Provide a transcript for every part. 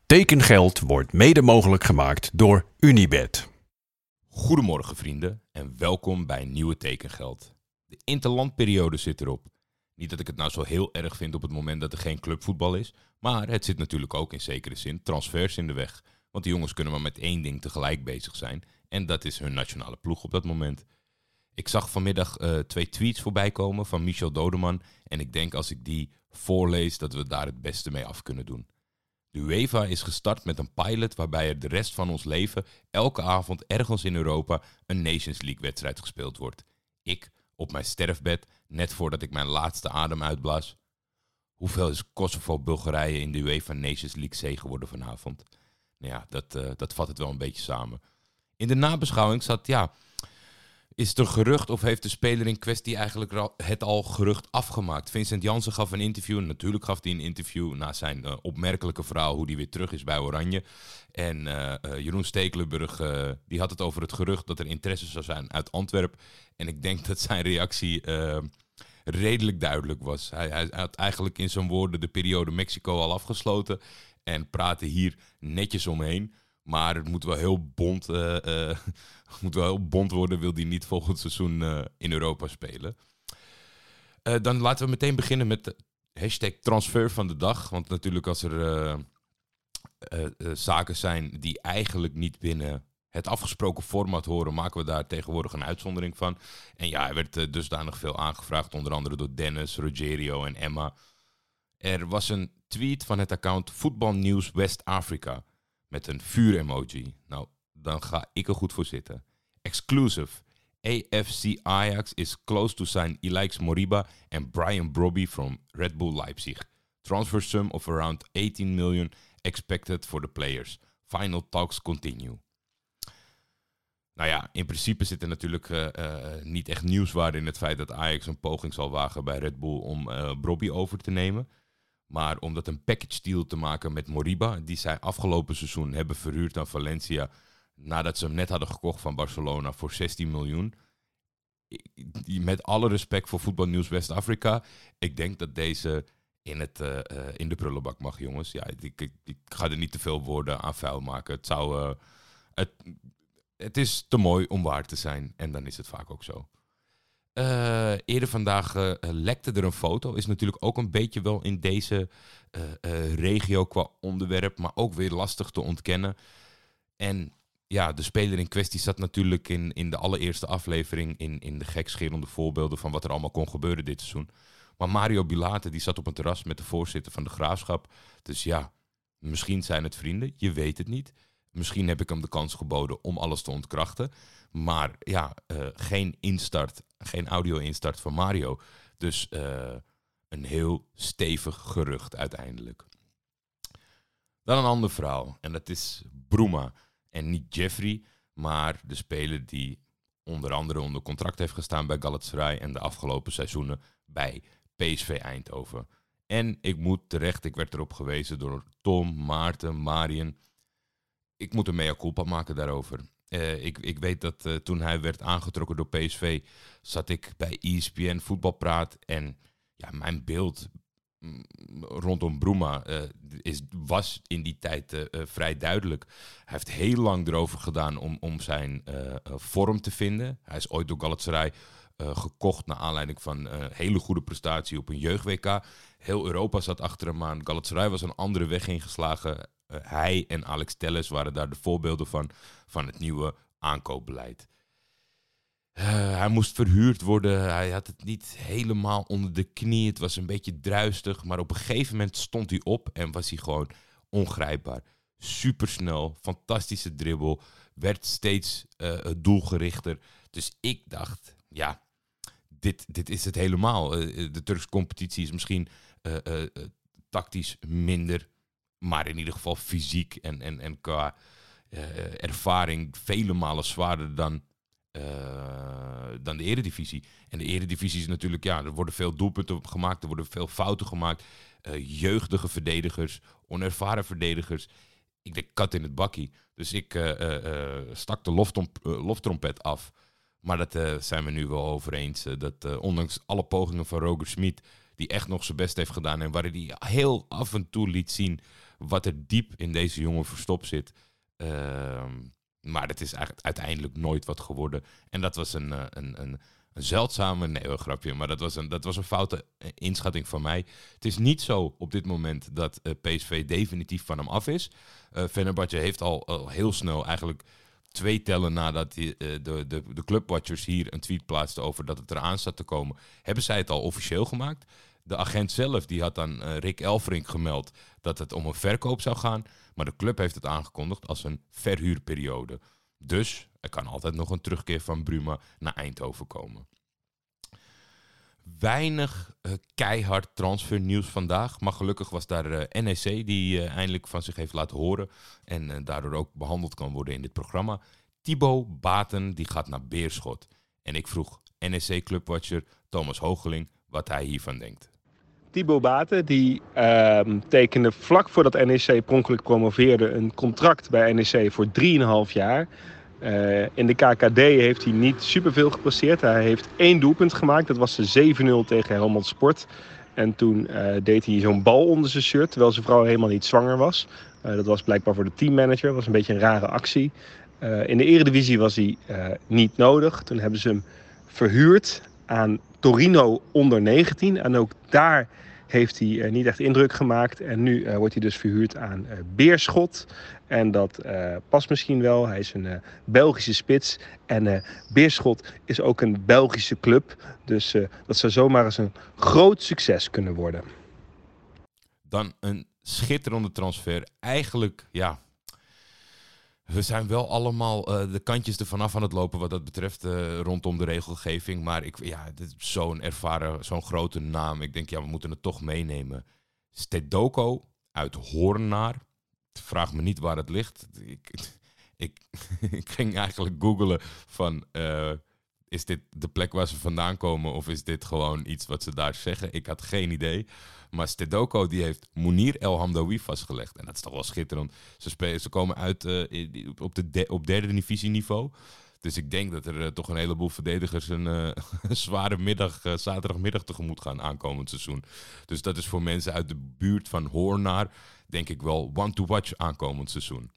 Tekengeld wordt mede mogelijk gemaakt door Unibet. Goedemorgen vrienden en welkom bij Nieuwe Tekengeld. De interlandperiode zit erop. Niet dat ik het nou zo heel erg vind op het moment dat er geen clubvoetbal is, maar het zit natuurlijk ook in zekere zin transfers in de weg. Want die jongens kunnen maar met één ding tegelijk bezig zijn en dat is hun nationale ploeg op dat moment. Ik zag vanmiddag 2 tweets voorbij komen van Michel Dodeman en ik denk als ik die voorlees dat we daar het beste mee af kunnen doen. De UEFA is gestart met een pilot waarbij er de rest van ons leven elke avond ergens in Europa een Nations League wedstrijd gespeeld wordt. Ik op mijn sterfbed, net voordat ik mijn laatste adem uitblaas. Hoeveel is Kosovo-Bulgarije in de UEFA Nations League zege geworden vanavond? Nou ja, dat vat het wel een beetje samen. In de nabeschouwing is het een gerucht of heeft de speler in kwestie eigenlijk het al gerucht afgemaakt? Vincent Janssen gaf een interview. Natuurlijk gaf hij een interview na zijn opmerkelijke verhaal hoe hij weer terug is bij Oranje. En Jeroen Stekelenburg die had het over het gerucht dat er interesse zou zijn uit Antwerpen. En ik denk dat zijn reactie redelijk duidelijk was. Hij had eigenlijk in zijn woorden de periode Mexico al afgesloten en praatte hier netjes omheen. Maar het moet wel heel bond worden, wil hij niet volgend seizoen in Europa spelen. Dan laten we meteen beginnen met de hashtag transfer van de dag. Want natuurlijk als er zaken zijn die eigenlijk niet binnen het afgesproken format horen, maken we daar tegenwoordig een uitzondering van. En ja, er werd dusdanig veel aangevraagd, onder andere door Dennis, Rogerio en Emma. Er was een tweet van het account Voetbal Nieuws West Afrika met een vuur-emoji. Nou, dan ga ik er goed voor zitten. Exclusive. AFC Ajax is close to sign Ilaix Moriba and Brian Brobby from Red Bull Leipzig. Transfer sum of around 18 million expected for the players. Final talks continue. Nou ja, in principe zit er natuurlijk niet echt nieuwswaarde in het feit dat Ajax een poging zal wagen bij Red Bull om Brobby over te nemen. Maar om dat een package deal te maken met Moriba, die zij afgelopen seizoen hebben verhuurd aan Valencia nadat ze hem net hadden gekocht van Barcelona voor 16 miljoen. Met alle respect voor Voetbal Nieuws West-Afrika, ik denk dat deze in de prullenbak mag, jongens. Ja, ik ga er niet te veel woorden aan vuil maken. Het is te mooi om waar te zijn en dan is het vaak ook zo. Eerder vandaag lekte er een foto. Is natuurlijk ook een beetje wel in deze regio qua onderwerp, maar ook weer lastig te ontkennen. En ja, de speler in kwestie zat natuurlijk in de allereerste aflevering in de gekscherende voorbeelden van wat er allemaal kon gebeuren dit seizoen. Maar Mario Bilate die zat op een terras met de voorzitter van de Graafschap. Dus ja, misschien zijn het vrienden, je weet het niet. Misschien heb ik hem de kans geboden om alles te ontkrachten. Maar ja, geen audio-instart van Mario. Dus een heel stevig gerucht uiteindelijk. Dan een ander verhaal. En dat is Bruma. En niet Jeffrey, maar de speler die onder andere onder contract heeft gestaan bij Galatasaray en de afgelopen seizoenen bij PSV Eindhoven. En ik moet terecht, ik werd erop gewezen door Tom, Maarten, Marien. Ik moet een mea culpa maken daarover. Ik weet dat toen hij werd aangetrokken door PSV, zat ik bij ESPN Voetbalpraat. En ja, mijn beeld rondom Bruma was in die tijd vrij duidelijk. Hij heeft heel lang erover gedaan om zijn vorm te vinden. Hij is ooit door Galatasaray gekocht naar aanleiding van een hele goede prestatie op een jeugd-WK. Heel Europa zat achter hem aan. Galatasaray was een andere weg ingeslagen. Hij en Alex Telles waren daar de voorbeelden van het nieuwe aankoopbeleid. Hij moest verhuurd worden. Hij had het niet helemaal onder de knie. Het was een beetje druistig. Maar op een gegeven moment stond hij op en was hij gewoon ongrijpbaar. Supersnel, fantastische dribbel. Werd steeds doelgerichter. Dus ik dacht, ja, dit is het helemaal. De Turkse competitie is misschien tactisch minder. Maar in ieder geval fysiek en qua ervaring vele malen zwaarder dan de Eredivisie. En de Eredivisie is natuurlijk, ja, er worden veel doelpunten gemaakt, er worden veel fouten gemaakt. Jeugdige verdedigers, onervaren verdedigers. Ik denk kat in het bakkie. Dus ik stak de loftrompet af. Maar dat zijn we nu wel over eens. Dat ondanks alle pogingen van Roger Smit, die echt nog zijn best heeft gedaan en waar hij heel af en toe liet zien wat er diep in deze jongen verstopt zit. Maar het is eigenlijk uiteindelijk nooit wat geworden. En dat was een zeldzame... Nee, grapje. Maar dat was een foute inschatting van mij. Het is niet zo op dit moment dat PSV definitief van hem af is. Fenerbahce heeft al heel snel eigenlijk 2 tellen nadat de clubwatchers hier een tweet plaatsten over dat het eraan staat te komen. Hebben zij het al officieel gemaakt? De agent zelf die had aan Rick Elfrink gemeld dat het om een verkoop zou gaan. Maar de club heeft het aangekondigd als een verhuurperiode. Dus er kan altijd nog een terugkeer van Bruma naar Eindhoven komen. Weinig keihard transfernieuws vandaag. Maar gelukkig was daar NEC die eindelijk van zich heeft laten horen. En daardoor ook behandeld kan worden in dit programma. Thibaut Baten die gaat naar Beerschot. En ik vroeg NEC-clubwatcher Thomas Hoogeling wat hij hiervan denkt. Thibaut Baten die tekende vlak voordat NEC pronkelijk promoveerde een contract bij NEC voor 3,5 jaar. In de KKD heeft hij niet superveel gepresteerd. Hij heeft 1 doelpunt gemaakt. Dat was de 7-0 tegen Helmond Sport. En toen deed hij zo'n bal onder zijn shirt, terwijl zijn vrouw helemaal niet zwanger was. Dat was blijkbaar voor de teammanager. Dat was een beetje een rare actie. In de Eredivisie was hij niet nodig. Toen hebben ze hem verhuurd aan Torino onder 19. En ook daar heeft hij niet echt indruk gemaakt. En nu wordt hij dus verhuurd aan Beerschot. En dat past misschien wel. Hij is een Belgische spits. En Beerschot is ook een Belgische club. Dus dat zou zomaar eens een groot succes kunnen worden. Dan een schitterende transfer. Eigenlijk, ja... We zijn wel allemaal de kantjes ervan af aan het lopen wat dat betreft rondom de regelgeving. Maar dit is zo'n ervaren, zo'n grote naam. Ik denk, we moeten het toch meenemen. Stedoko uit Hoornaar. Vraag me niet waar het ligt. Ik ging eigenlijk googlen van... is dit de plek waar ze vandaan komen of is dit gewoon iets wat ze daar zeggen? Ik had geen idee. Maar Stedoko die heeft Mounir El Hamdaoui vastgelegd. En dat is toch wel schitterend. Ze komen uit op derde divisieniveau. Dus ik denk dat er toch een heleboel verdedigers een zware middag, zaterdagmiddag tegemoet gaan aankomend seizoen. Dus dat is voor mensen uit de buurt van Hoornaar denk ik wel one to watch aankomend seizoen.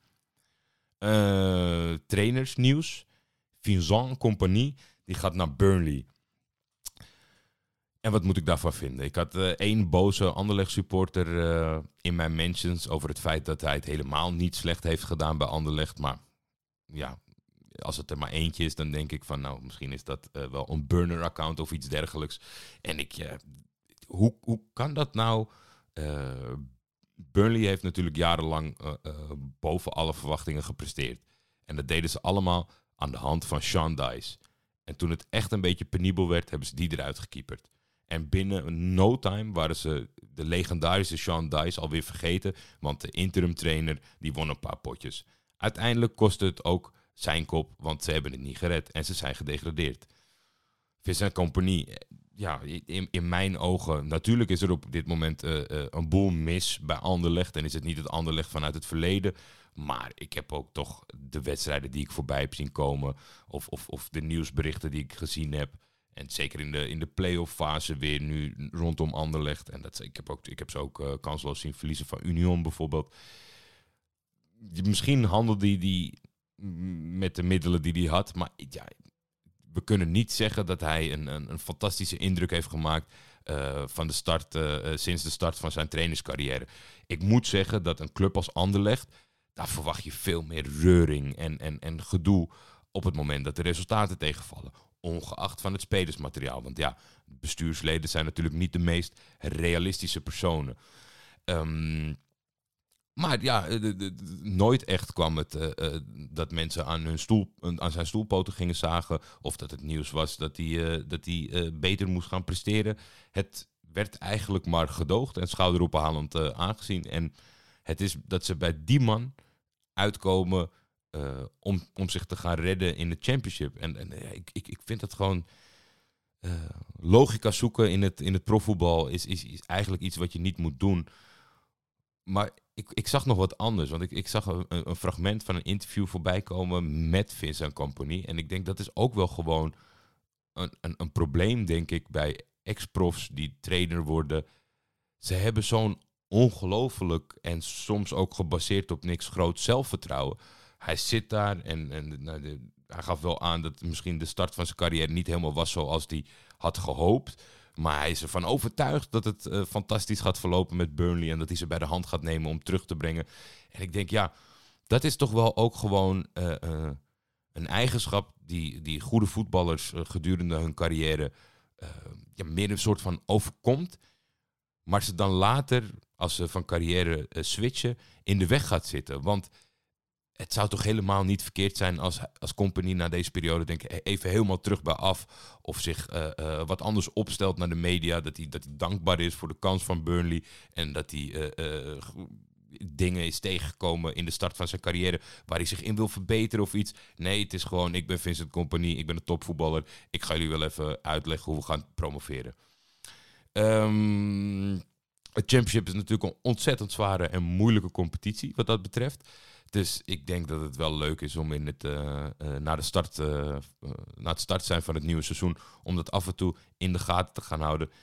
Trainersnieuws. Vincent Kompany die gaat naar Burnley. En wat moet ik daarvan vinden? Ik had 1 boze Anderlecht supporter in mijn mentions over het feit dat hij het helemaal niet slecht heeft gedaan bij Anderlecht. Maar ja, als het er maar eentje is, dan denk ik van misschien is dat wel een burner-account of iets dergelijks. En hoe kan dat nou? Burnley heeft natuurlijk jarenlang boven alle verwachtingen gepresteerd. En dat deden ze allemaal aan de hand van Sean Dyche. En toen het echt een beetje penibel werd, hebben ze die eruit gekieperd. En binnen no time waren ze de legendarische Sean Dyche alweer vergeten. Want de interim trainer die won een paar potjes. Uiteindelijk kostte het ook zijn kop, want ze hebben het niet gered. En ze zijn gedegradeerd. Vincent Kompany, in mijn ogen... Natuurlijk is er op dit moment een boel mis bij Anderlecht. En is het niet het Anderlecht vanuit het verleden. Maar ik heb ook toch de wedstrijden die ik voorbij heb zien komen. Of de nieuwsberichten die ik gezien heb. En zeker in de play-off fase weer nu rondom Anderlecht. En ik heb ze ook kansloos zien verliezen van Union bijvoorbeeld. Misschien handelde die met de middelen die hij had. Maar we kunnen niet zeggen dat hij een fantastische indruk heeft gemaakt van de start, sinds de start van zijn trainerscarrière. Ik moet zeggen dat een club als Anderlecht, daar verwacht je veel meer reuring en gedoe op het moment dat de resultaten tegenvallen. Ongeacht van het spelersmateriaal. Want bestuursleden zijn natuurlijk niet de meest realistische personen. Maar nooit echt kwam het dat mensen aan zijn stoelpoten gingen zagen. Of dat het nieuws was dat hij beter moest gaan presteren. Het werd eigenlijk maar gedoogd en schouderophalend aangezien. En het is dat ze bij die man uitkomen om zich te gaan redden in de championship. En ik vind dat gewoon... logica zoeken in het profvoetbal is eigenlijk iets wat je niet moet doen. Maar ik zag nog wat anders. Want ik zag een fragment van een interview voorbij komen met Vincent Kompany. En ik denk dat is ook wel gewoon een probleem, denk ik, bij ex-profs die trainer worden. Ze hebben zo'n ongelooflijk en soms ook gebaseerd op niks groot zelfvertrouwen. Hij zit daar en hij gaf wel aan dat misschien de start van zijn carrière niet helemaal was zoals hij had gehoopt. Maar hij is ervan overtuigd dat het fantastisch gaat verlopen met Burnley en dat hij ze bij de hand gaat nemen om terug te brengen. En ik denk, ja, dat is toch wel ook gewoon een eigenschap die goede voetballers gedurende hun carrière meer een soort van overkomt. Maar ze dan later, als ze van carrière switchen, in de weg gaat zitten. Want het zou toch helemaal niet verkeerd zijn als Kompany na deze periode even helemaal terug bij af. Of zich wat anders opstelt naar de media. Dat hij dankbaar is voor de kans van Burnley. En dat hij dingen is tegengekomen in de start van zijn carrière waar hij zich in wil verbeteren of iets. Nee, het is gewoon, ik ben Vincent Kompany, ik ben een topvoetballer. Ik ga jullie wel even uitleggen hoe we gaan promoveren. Het Championship is natuurlijk een ontzettend zware en moeilijke competitie wat dat betreft. Dus ik denk dat het wel leuk is om na het start zijn van het nieuwe seizoen, om dat af en toe in de gaten te gaan houden.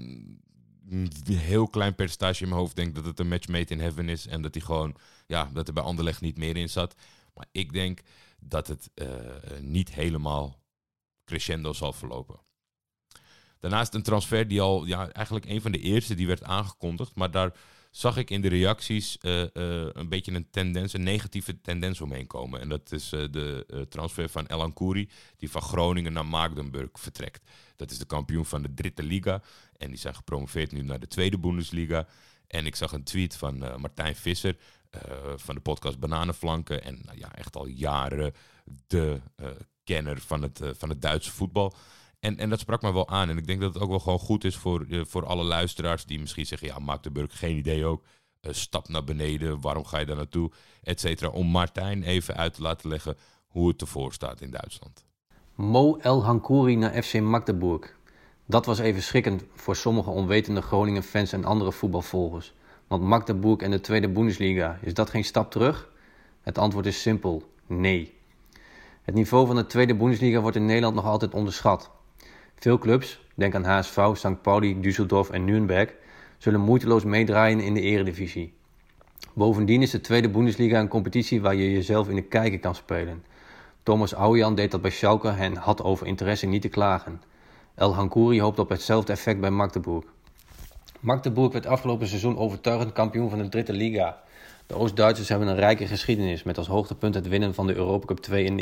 Een heel klein percentage in mijn hoofd denkt dat het een match made in heaven is en dat hij gewoon, dat er bij Anderlecht niet meer in zat. Maar ik denk dat het niet helemaal crescendo zal verlopen. Daarnaast een transfer die al eigenlijk een van de eerste die werd aangekondigd, maar daar zag ik in de reacties een beetje een negatieve tendens omheen komen. En dat is de transfer van El Ancoury, die van Groningen naar Magdeburg vertrekt. Dat is de kampioen van de Dritte Liga. En die zijn gepromoveerd nu naar de Tweede Bundesliga. En ik zag een tweet van Martijn Visser van de podcast Bananenflanken. En echt al jaren de kenner van het Duitse voetbal. En dat sprak me wel aan. En ik denk dat het ook wel gewoon goed is voor alle luisteraars die misschien zeggen, Magdeburg, geen idee ook. Stap naar beneden, waarom ga je daar naartoe, et cetera. Om Martijn even uit te laten leggen hoe het ervoor staat in Duitsland. Mo El Ancoury naar FC Magdeburg. Dat was even schrikkend voor sommige onwetende Groningen-fans en andere voetbalvolgers. Want Magdeburg en de Tweede Bundesliga, is dat geen stap terug? Het antwoord is simpel, nee. Het niveau van de Tweede Bundesliga wordt in Nederland nog altijd onderschat. Veel clubs, denk aan HSV, St. Pauli, Düsseldorf en Nürnberg, zullen moeiteloos meedraaien in de eredivisie. Bovendien is de Tweede Bundesliga een competitie waar je jezelf in de kijker kan spelen. Thomas Ouwejan deed dat bij Schalke en had over interesse niet te klagen. El Ancoury hoopt op hetzelfde effect bij Magdeburg. Magdeburg werd afgelopen seizoen overtuigend kampioen van de Dritte Liga. De Oost-Duitsers hebben een rijke geschiedenis met als hoogtepunt het winnen van de Europa Cup 2 in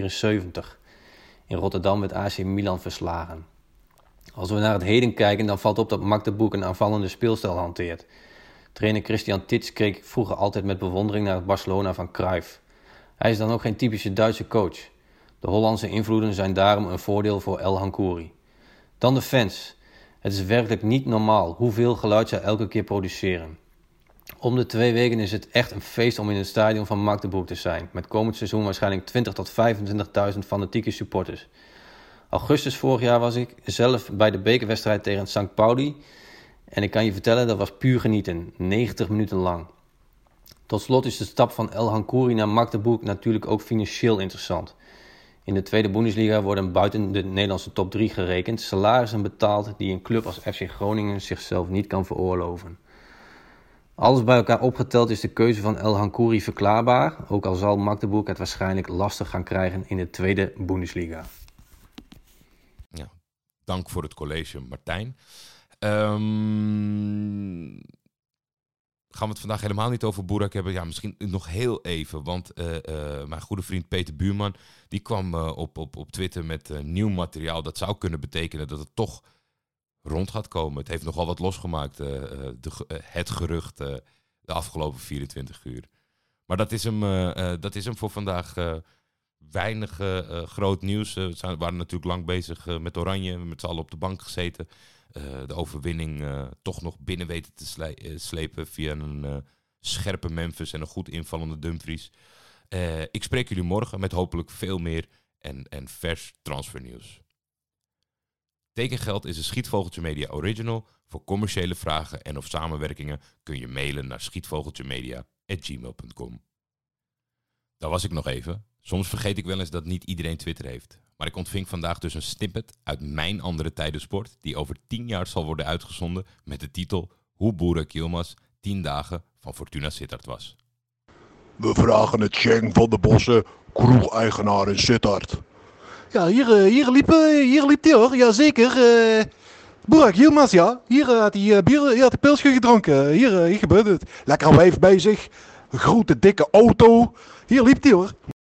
1974. In Rotterdam werd AC Milan verslagen. Als we naar het heden kijken, dan valt op dat Magdeburg een aanvallende speelstijl hanteert. Trainer Christian Titz keek vroeger altijd met bewondering naar het Barcelona van Cruyff. Hij is dan ook geen typische Duitse coach. De Hollandse invloeden zijn daarom een voordeel voor El Ancoury. Dan de fans. Het is werkelijk niet normaal hoeveel geluid zij elke keer produceren. Om de 2 weken is het echt een feest om in het stadion van Magdeburg te zijn. Met komend seizoen waarschijnlijk 20.000 tot 25.000 fanatieke supporters. Augustus vorig jaar was ik zelf bij de bekerwedstrijd tegen St. Pauli. En ik kan je vertellen, dat was puur genieten. 90 minuten lang. Tot slot is de stap van El Ancoury naar Magdeburg natuurlijk ook financieel interessant. In de Tweede Bundesliga worden buiten de Nederlandse top 3 gerekend salarissen betaald die een club als FC Groningen zichzelf niet kan veroorloven. Alles bij elkaar opgeteld is de keuze van El Ancoury verklaarbaar, ook al zal Magdeburg het waarschijnlijk lastig gaan krijgen in de Tweede Bundesliga. Ja, dank voor het college, Martijn. Gaan we het vandaag helemaal niet over Burak hebben? Ja, misschien nog heel even, want mijn goede vriend Peter Buurman, die kwam op Twitter met nieuw materiaal. Dat zou kunnen betekenen dat het toch rond gaat komen. Het heeft nogal wat losgemaakt, het gerucht, de afgelopen 24 uur. Maar dat is hem voor vandaag. Weinig groot nieuws. We waren natuurlijk lang bezig met Oranje, met z'n allen op de bank gezeten. De overwinning toch nog binnen weten te slepen via een scherpe Memphis en een goed invallende Dumfries. Ik spreek jullie morgen met hopelijk veel meer en vers transfernieuws. Tekengeld is een Schietvogeltje Media original. Voor commerciële vragen en of samenwerkingen kun je mailen naar schietvogeltjemedia@gmail.com. Daar was ik nog even. Soms vergeet ik wel eens dat niet iedereen Twitter heeft. Maar ik ontving vandaag dus een snippet uit mijn Andere Tijden Sport, die over 10 jaar zal worden uitgezonden met de titel Hoe Burak Yilmaz 10 dagen van Fortuna Sittard was. We vragen het Cheng van de Bossen, kroegeigenaar in Sittard. Ja, hier liep hij hoor, jazeker. Burak Yilmaz, ja. Hier had hij een pilsje gedronken. Hier gebeurde het. Lekker wijf bij zich. Een grote dikke auto. Hier liep hij hoor.